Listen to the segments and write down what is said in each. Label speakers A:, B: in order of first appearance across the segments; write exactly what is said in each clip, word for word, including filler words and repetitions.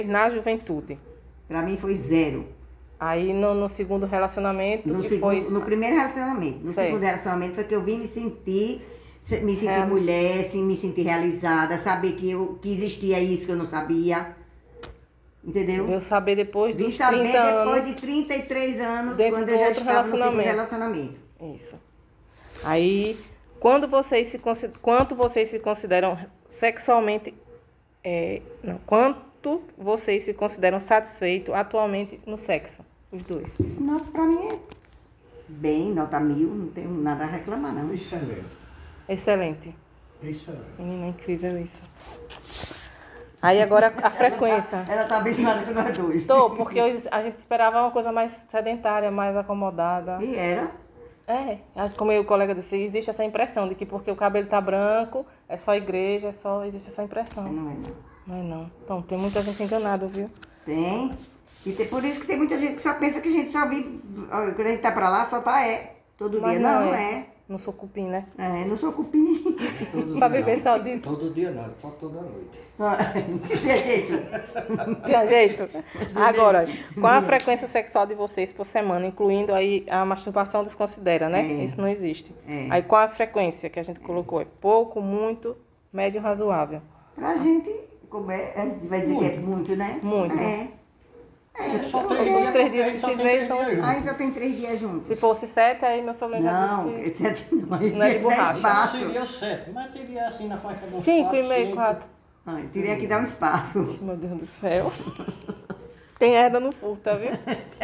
A: Na juventude.
B: Pra mim foi zero.
A: Aí no, no segundo relacionamento,
B: No,
A: que
B: segundo,
A: foi...
B: no primeiro relacionamento. No
A: Sei.
B: segundo relacionamento foi que eu vim me sentir, se- me sentir
A: Realiz-
B: mulher, assim, me sentir realizada, saber que, eu, que existia isso que eu não sabia. Entendeu?
A: Eu saber depois
B: Vim
A: dos
B: saber
A: trinta
B: depois
A: anos.
B: de trinta e três anos,
A: dentro
B: quando
A: do
B: eu já
A: outro
B: estava no segundo
A: relacionamento.
B: relacionamento.
A: Isso. Aí, quando vocês se, consi- quanto vocês se consideram sexualmente... é, não, quanto vocês se consideram satisfeitos atualmente no sexo? Os dois.
B: Nossa, pra mim é bem, nota mil, não tenho nada a reclamar, não.
C: Excelente.
A: Excelente.
C: Excelente.
A: Menina, é incrível isso. Aí agora a frequência.
B: Ela tá bem clara que nós dois.
A: Tô, porque eu- a gente esperava uma coisa mais sedentária, mais acomodada.
B: E era?
A: É, acho que como o colega disse, existe essa impressão de que porque o cabelo tá branco, é só igreja, é só, existe essa impressão.
B: Não é não.
A: Não é não. Então, tem muita gente enganada, viu?
B: Tem. E tem, por isso que tem muita gente que só pensa que a gente só vive, ó, quando a gente tá pra lá, só tá é. Todo
A: Mas
B: dia.
A: não,
B: Não,
A: é.
B: é.
A: Não sou cupim, né?
B: É, não sou cupim.
C: Todo
A: Pra
C: dia
A: viver
C: não.
A: só disso.
C: Todo dia não, só toda noite.
B: Tem jeito.
A: Tem jeito. Agora, qual a frequência sexual de vocês por semana, incluindo aí a masturbação desconsidera, né?
B: É.
A: Isso não existe.
B: É.
A: Aí qual a frequência que a gente colocou? É pouco, muito, médio, razoável.
B: Pra gente, como é, a gente vai dizer que é muito, né?
A: Muito.
B: É.
C: É, só
A: Os
C: três
A: três dias
C: aí
A: que
C: só
A: se
C: tem
A: vê
C: três
A: são
C: dias
A: os-
C: juntos.
B: Aí só tem três dias juntos.
A: Se fosse sete, aí meu sobrinho já
B: Não,
A: disse que...
B: esse é não, aí
A: Não é de
B: dá
A: borracha.
B: espaço.
C: Seria sete, mas seria assim na faixa dos
A: Cinco e
C: quatro,
A: meio,
C: cinco.
A: quatro.
B: Ai, teria que dar um espaço.
A: Meu Deus do céu. Tem herda no furta, viu?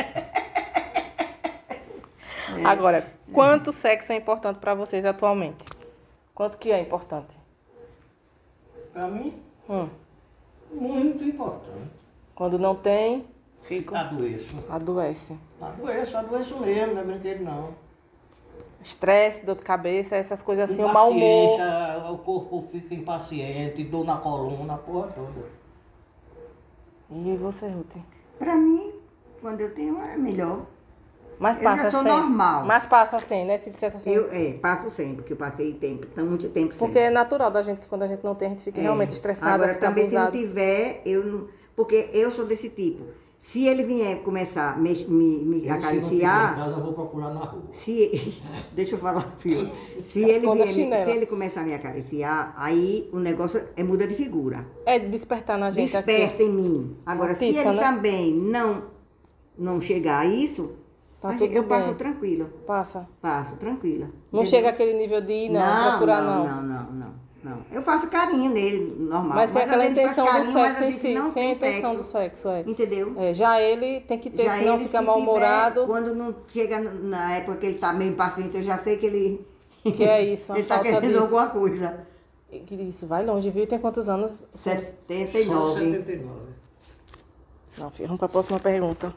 A: Agora, quanto sexo é importante pra vocês atualmente? Quanto que é importante?
C: Pra mim,
A: Hum.
C: muito importante.
A: Quando não tem, fica...
C: Adoeço.
A: Adoece.
C: Adoeço, adoeço mesmo, não é brinquedo não.
A: Estresse, dor de cabeça, essas coisas assim, o mau humor.
C: Impaciência, o corpo fica impaciente, dor na coluna, a porra toda.
A: E você, Ruth?
B: Pra mim, quando eu tenho, é melhor.
A: Mas
B: Eu
A: passa
B: já sou
A: assim.
B: normal.
A: Mas passa assim, né? Se dissesse assim.
B: Eu é, passo sempre, porque eu passei tempo, tão muito tempo sem.
A: Porque é natural da gente que quando a gente não tem, a gente fica
B: É.
A: realmente estressada,
B: Agora,
A: fica
B: também, se não
A: abusada.
B: tiver, eu não. Porque eu sou desse tipo. Se ele vier começar a me, me, me
C: Eu, se não tiver em
B: acariciar.
C: casa, eu vou procurar na rua.
B: Se, deixa eu falar, filho. Se ele,
A: Toda
B: vier, me-
A: chinela.
B: se ele começar a me acariciar, aí o negócio é muda de figura.
A: É de despertar na gente
B: Desperta
A: aqui.
B: em mim. Agora, se
A: Notícia,
B: ele
A: né?
B: também não, não chegar a isso,
A: Tá
B: a
A: tudo
B: gente- eu passo
A: bem.
B: tranquila.
A: Passa.
B: Passo tranquila.
A: Não
B: Entendeu?
A: chega aquele nível de ir, não, procurar não.
B: Não, não, não, não. Eu faço carinho nele, normal.
A: Mas sem
B: a
A: aquela
B: gente faz
A: intenção do
B: carinho, mas
A: sexo
B: a
A: em
B: gente
A: si,
B: não
A: sem a
B: tem
A: intenção
B: sexo.
A: do sexo, é.
B: Entendeu?
A: É, já ele tem que ter,
B: Já
A: senão
B: ele,
A: fica
B: se
A: mal-humorado.
B: tiver, quando não chega na época que ele tá meio impaciente, eu já sei que ele...
A: Que é isso, uma
B: ele tá
A: falta
B: querendo
A: disso.
B: alguma coisa.
A: E que isso vai longe, viu? Tem quantos anos?
B: setenta e
C: Só
B: nove.
C: setenta e nove.
A: Não, filho, vamos para a próxima pergunta.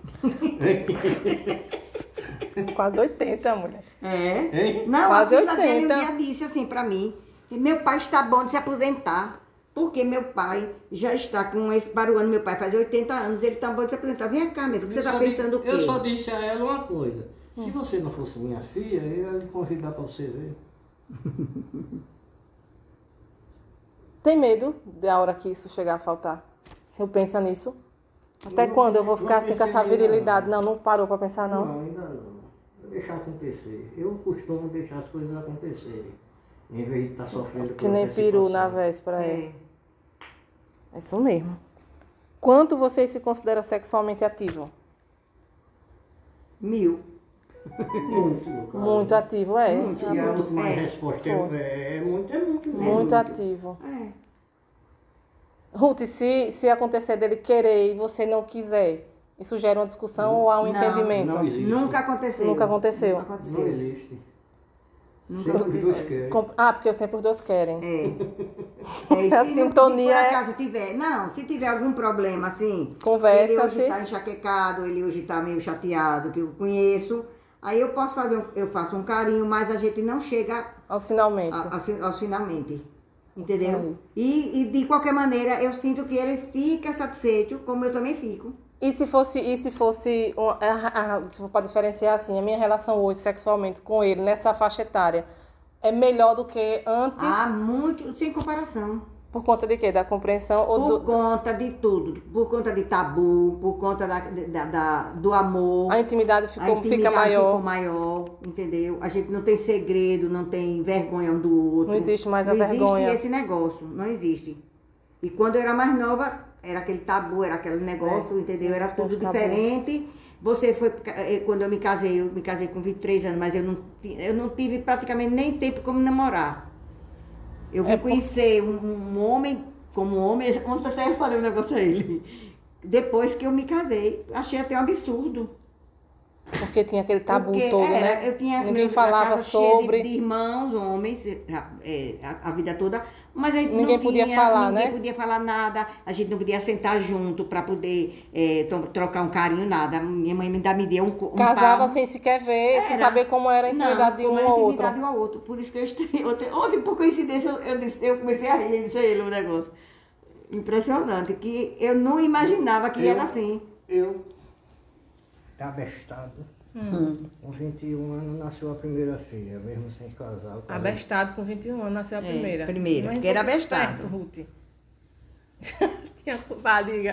A: Quase oitenta, mulher.
B: É?
C: Hein?
B: Não,
A: Quase
B: a filha dele um
A: oitenta.
B: dia disse assim pra mim, que meu pai está bom de se aposentar, porque meu pai já está com esse, para o ano, meu pai faz oitenta anos, ele está bom de se aposentar. Vem cá, meu filho, você
C: Eu
B: está
C: só
B: pensando o
C: di-
B: quê?
C: Eu só disse a ela uma coisa. Se você não fosse minha filha, eu ia lhe convidar para você ver.
A: Tem medo da hora que isso chegar a faltar? Se eu penso nisso? Até
C: Não,
A: quando eu vou ficar
C: não
A: assim com essa
C: pensei ainda
A: virilidade? Não, não parou para pensar não.
C: Não, ainda não. Vou deixar acontecer. Eu costumo deixar as coisas acontecerem. Em vez de estar sofrendo
A: Que
C: por
A: nem peru na
C: antecipação.
A: véspera. É.
B: É.
A: É isso mesmo. Quanto vocês se consideram sexualmente ativo?
B: Mil.
C: Muito, no caso.
A: Muito ativo, é.
B: Muito.
C: E a última
B: É,
C: resposta
A: foi.
C: é, é muito, é muito. mesmo.
A: Muito ativo.
B: É.
A: Ruth, se, se acontecer dele querer e você não quiser, isso gera uma discussão ou há um
B: Não,
A: entendimento?
C: não existe.
B: Nunca aconteceu.
A: Nunca aconteceu.
B: Nunca
C: Não
B: aconteceu.
C: existe.
B: Nunca
C: Sempre os dois
B: aconteceu.
C: querem.
A: Com- Ah, porque sempre os dois querem.
B: É. É, e
A: A
B: se,
A: sintonia
B: se por
A: é-
B: acaso tiver, não, se tiver algum problema assim,
A: Conversa,
B: ele hoje
A: se-
B: está enxaquecado, ele hoje está meio chateado, que eu conheço, aí eu posso fazer, um- eu faço um carinho, mas a gente não chega
A: Ao finalmente.
B: a- a- aos finalmente, entendeu?
A: Sim.
B: E, e de qualquer maneira eu sinto que ele fica satisfeito, como eu também fico.
A: E se fosse, e se fosse, um, ah, ah, se for para diferenciar assim, a minha relação hoje sexualmente com ele nessa faixa etária é melhor do que antes?
B: Há muito, sem comparação.
A: Por conta de quê? Da compreensão ou
B: Por
A: do...
B: conta de tudo. Por conta de tabu, por conta da, da, da- do amor.
A: A intimidade
B: A
A: ficou,
B: intimidade
A: fica maior.
B: ficou maior, entendeu? A gente não tem segredo, não tem vergonha um do outro.
A: Não existe mais a
B: Não
A: vergonha.
B: existe esse negócio, não existe. E quando eu era mais nova, era aquele tabu, era aquele negócio,
A: É,
B: entendeu? Era
A: tem
B: tudo
A: os tabus.
B: diferente. Você foi, eh, quando eu me casei, eu me casei com vinte e três anos, mas eu não, ti- eu não tive praticamente nem tempo como namorar. Eu vim
A: É por-
B: conhecer um, um homem, como homem, ontem até eu falei um negócio a ele. Depois que eu me casei, achei até um absurdo.
A: Porque tinha aquele tabu
B: Porque
A: todo,
B: era,
A: né?
B: eu tinha
A: Ninguém
B: meu-
A: falava
B: a casa cheia
A: sobre.
B: de, de irmãos, homens, é, a, a vida toda, mas a gente
A: Ninguém
B: não
A: podia
B: tinha,
A: falar,
B: ninguém
A: né?
B: podia falar nada, a gente não podia sentar junto para poder é, to- trocar um carinho, nada. Minha mãe ainda me deu um, co- um
A: Casava
B: pavo.
A: sem sequer ver, sem
B: Era.
A: saber como era a intimidade
B: Não,
A: de um
B: como era a
A: ou outro.
B: intimidade um ao outro. Por isso que eu estranhei. Ontem, ontem, por coincidência, eu, eu, disse- eu comecei a rir, disse a ele um negócio. Impressionante, que eu não imaginava que
C: Eu-
B: era assim.
C: Eu, abestado,
B: Hum.
C: com vinte e um anos, nasceu a primeira filha, mesmo sem casar. eu casei.
A: Abestado com vinte e um anos, nasceu a
B: É,
A: primeira.
B: primeira,
A: Mas
B: porque era
A: fosse
B: abestado.
A: esperto, Ruth. Tinha barriga.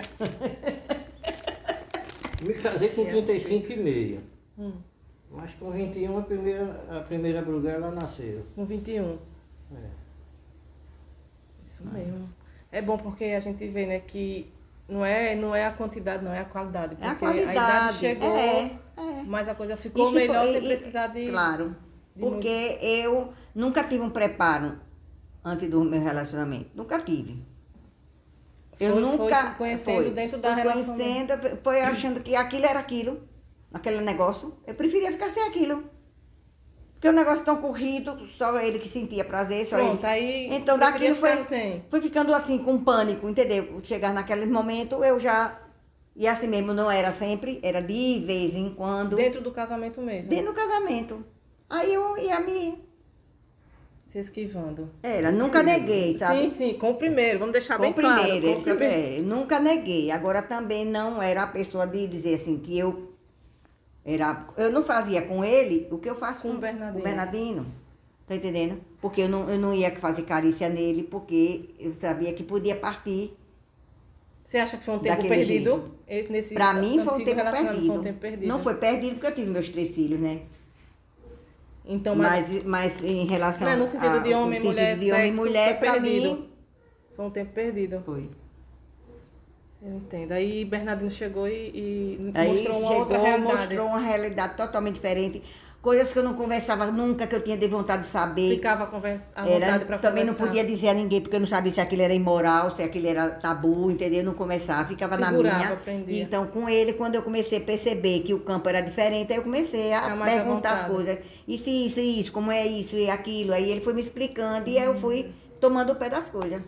C: Me casei com trinta e cinco e meia.
A: Hum,
C: Mas com vinte e um a primeira, a primeira bruguela nasceu.
A: com vinte e um.
C: É.
A: Isso mesmo. É bom porque a gente vê, né, que não é, não é a quantidade, não é a qualidade.
B: É a
A: Porque
B: qualidade.
A: a idade chegou,
B: É, é.
A: mas a coisa ficou
B: E se-
A: melhor
B: e-
A: sem
B: e-
A: precisar de...
B: Claro,
A: de
B: porque eu nunca tive um preparo antes do meu relacionamento. Nunca tive. Eu
A: Foi-
B: nunca.
A: foi conhecendo
B: foi,
A: dentro da
B: fui
A: relação
B: conhecendo, foi achando que aquilo era aquilo, aquele negócio. Eu preferia ficar sem aquilo. Porque o negócio tão corrido, só ele que sentia prazer, só
A: Pronto,
B: ele.
A: aí
B: Então
A: preferia
B: daquilo foi,
A: ficar sem.
B: foi ficando assim, com pânico, entendeu? Chegar naquele momento, eu já. E assim mesmo, não era sempre, era de vez em quando.
A: Dentro do casamento mesmo.
B: Dentro do casamento. Aí eu ia me.
A: Se esquivando.
B: Era, nunca neguei, sabe?
A: Sim, sim, com o primeiro. Vamos deixar
B: Com
A: bem
B: o primeiro,
A: claro.
B: ele
A: Com o
B: sempre,
A: primeiro.
B: é, nunca neguei. Agora também não era a pessoa de dizer assim que eu era, eu não fazia com ele o que eu faço
A: Com
B: com,
A: o Bernardino.
B: o Bernardino. Tá entendendo? Porque eu não, eu não ia fazer carícia nele, porque eu sabia que podia partir.
A: Você acha que foi um tempo
B: Daquele
A: perdido?
B: jeito.
A: Esse, nesse
B: Pra mim foi um
A: antigo
B: tempo
A: relacionamento
B: perdido.
A: Foi um tempo perdido.
B: Não foi perdido porque eu tive meus três filhos, né?
A: Então, mas,
B: Mas, mas em relação
A: Não, no sentido de homem,
B: no sentido
A: mulher,
B: de homem e
A: sexo,
B: mulher,
A: foi
B: pra
A: perdido.
B: mim,
A: foi um tempo perdido.
B: foi.
A: Eu entendo. Aí Bernardino chegou e, e
B: Aí
A: mostrou uma
B: chegou,
A: outra realidade.
B: mostrou uma realidade totalmente diferente. Coisas que eu não conversava nunca, que eu tinha de vontade de saber.
A: Ficava conversa, à vontade
B: Era,
A: para
B: também não
A: conversar.
B: podia dizer a ninguém, porque eu não sabia se aquilo era imoral, se aquilo era tabu, entendeu? Não conversava, ficava
A: Segurava,
B: na minha.
A: aprendia.
B: Então, com ele, quando eu comecei a perceber que o campo era diferente, aí eu comecei a
A: Ficar mais à
B: perguntar as
A: vontade.
B: coisas. Isso, isso, isso, como é isso e aquilo. Aí ele foi me explicando e aí eu fui tomando o pé das coisas.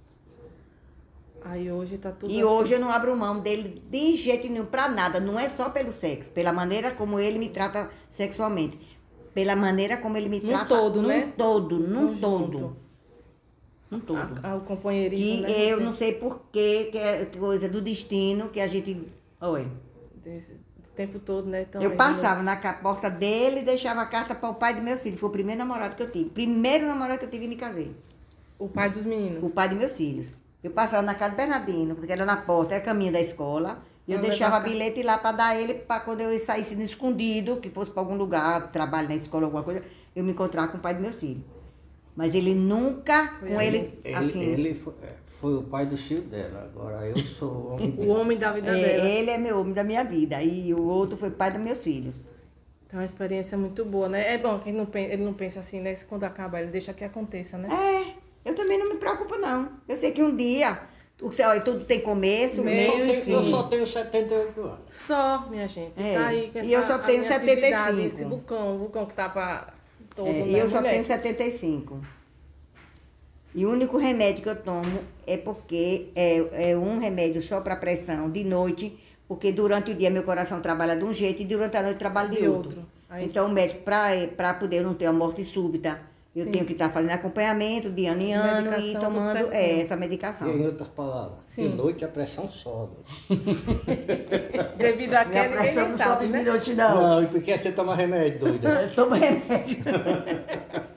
A: Aí hoje tá tudo
B: E
A: assim.
B: hoje eu não abro mão dele de jeito nenhum, pra nada. Não é só pelo sexo, pela maneira como ele me trata sexualmente. Pela maneira como ele me
A: Num
B: trata.
A: todo,
B: num
A: né?
B: todo, num
A: Conjunto.
B: todo. Num todo.
A: A- a- o companheirismo,
B: Que
A: né?
B: eu não sei porquê, que é coisa do destino, que a gente. Oi.
A: Desse, desse tempo todo, né? Então,
B: Eu
A: aí,
B: passava na ca- porta dele e deixava a carta para o pai do meu filho. Foi o primeiro namorado que eu tive. Primeiro namorado que eu tive e me casei.
A: O pai dos meninos.
B: O pai dos meus filhos. Eu passava na casa do Bernardino, que era na porta, era caminho da escola. E eu
A: Pra
B: deixava
A: levar a
B: bilhete lá para dar ele, para quando eu saísse no escondido, que fosse para algum lugar, trabalho na escola, alguma coisa, eu me encontrar com o pai dos meus filhos. Mas ele nunca,
A: Foi
B: com
A: aí.
B: ele,
C: Ele,
B: assim.
C: ele foi, foi o pai do filho dela, agora eu sou o homem
A: O
C: dela.
A: homem da vida
B: é,
A: dela.
B: ele é meu homem da minha vida. E o outro foi pai dos meus filhos.
A: Então, é uma experiência muito boa, né? É bom que ele não pensa, ele não pensa assim, né? Quando acaba, ele deixa que aconteça, né?
B: É, eu também não me preocupo, não. Eu sei que um dia, o- olha, tudo tem começo,
A: Meio
B: meio
A: e
B: e fim.
C: Eu só tenho setenta e oito anos.
A: Só, minha gente.
B: É,
A: Tá aí com
B: e eu
A: essa-
B: só tenho
A: a minha
B: setenta e
A: atividade,
B: cinco.
A: Esse vulcão, o vulcão que tá pra todo,
B: É,
A: né?
B: e eu só
A: mulher?
B: tenho setenta e cinco. E o único remédio que eu tomo é porque é, é um remédio só para pressão de noite, porque durante o dia meu coração trabalha de um jeito e durante a noite trabalha de,
A: De
B: outro.
A: outro. Aí-
B: Então o médico, para poder não ter uma morte súbita, eu
A: Sim.
B: tenho que estar fazendo acompanhamento de ano em ano
A: Medicação,
B: e
A: tudo
B: tomando
A: certinho.
B: é, essa
C: E
B: medicação.
C: em outras palavras,
A: Sim.
C: de noite a pressão sobe.
A: Devido a
B: Minha
A: quem ninguém
B: pressão
A: nem
B: não
A: sabe,
B: sobe
A: né?
B: de noite, não.
C: Não, e por que você toma remédio, doida?
B: Eu tomo remédio.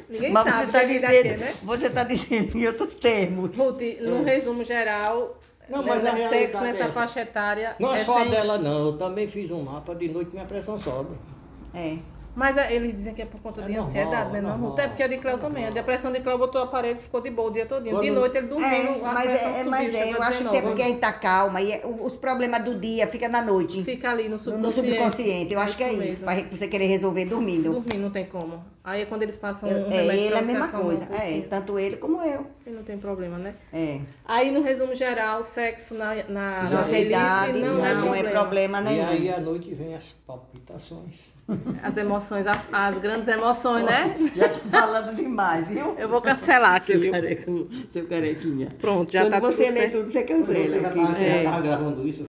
A: Ninguém
B: Mas
A: sabe
B: você está
A: o que é
B: dizendo,
A: H Q, né?
B: você tá dizendo em outros termos.
A: Ruth, no resumo geral,
C: Não, mas
A: né,
C: a
A: sexo
C: realidade
A: nessa
C: é essa.
A: faixa etária.
C: Não é
A: é
C: só
A: sem-
C: dela não, eu também fiz um mapa de noite, minha pressão sobe.
B: É.
A: Mas é, eles dizem que é por conta
C: É
A: de
C: normal,
A: ansiedade, né?
C: é
A: Não,
C: normal,
A: Ruth? É porque a de Cléo
C: é
A: também. A
C: normal.
A: depressão de Cléo botou o aparelho e ficou de boa o dia todo. De
C: Quando-
A: noite ele dormindo,
B: É,
A: a
B: mas
A: pressão
B: é,
A: subiu,
B: mas é,
A: chegou
B: eu
A: a
B: acho que é
A: dezenove.
B: porque a gente tá calma e é- os problemas do dia fica na noite.
A: Fica ali no
B: No
A: subconsciente.
B: subconsciente, eu acho que é isso,
A: mesmo.
B: para você querer resolver dormindo.
A: Dormir não tem como. Aí é quando eles passam um
B: é,
A: remédio
B: ele
A: pra
B: é a
A: você
B: mesma
A: acalmar
B: coisa.
A: um pouquinho.
B: É, tanto ele como eu.
A: E não tem problema, né?
B: É.
A: Aí, no resumo geral, sexo na, na, na
B: Nossa
A: velhice
B: idade
A: não,
B: não,
A: é
B: é
A: problema.
B: problema
C: E
B: nenhum.
C: aí à noite vem as palpitações.
A: As emoções, as, as grandes emoções, né?
B: Já tô falando demais, viu?
A: Eu vou cancelar aqui.
B: Seu,
A: viu?
B: careca, seu carequinha.
A: Pronto, já
B: Quando
A: tá tudo
B: você lê
A: certo.
B: tudo, você
C: Quando você
B: cancela.
C: já
B: aqui.
C: estava
A: É.
C: gravando isso,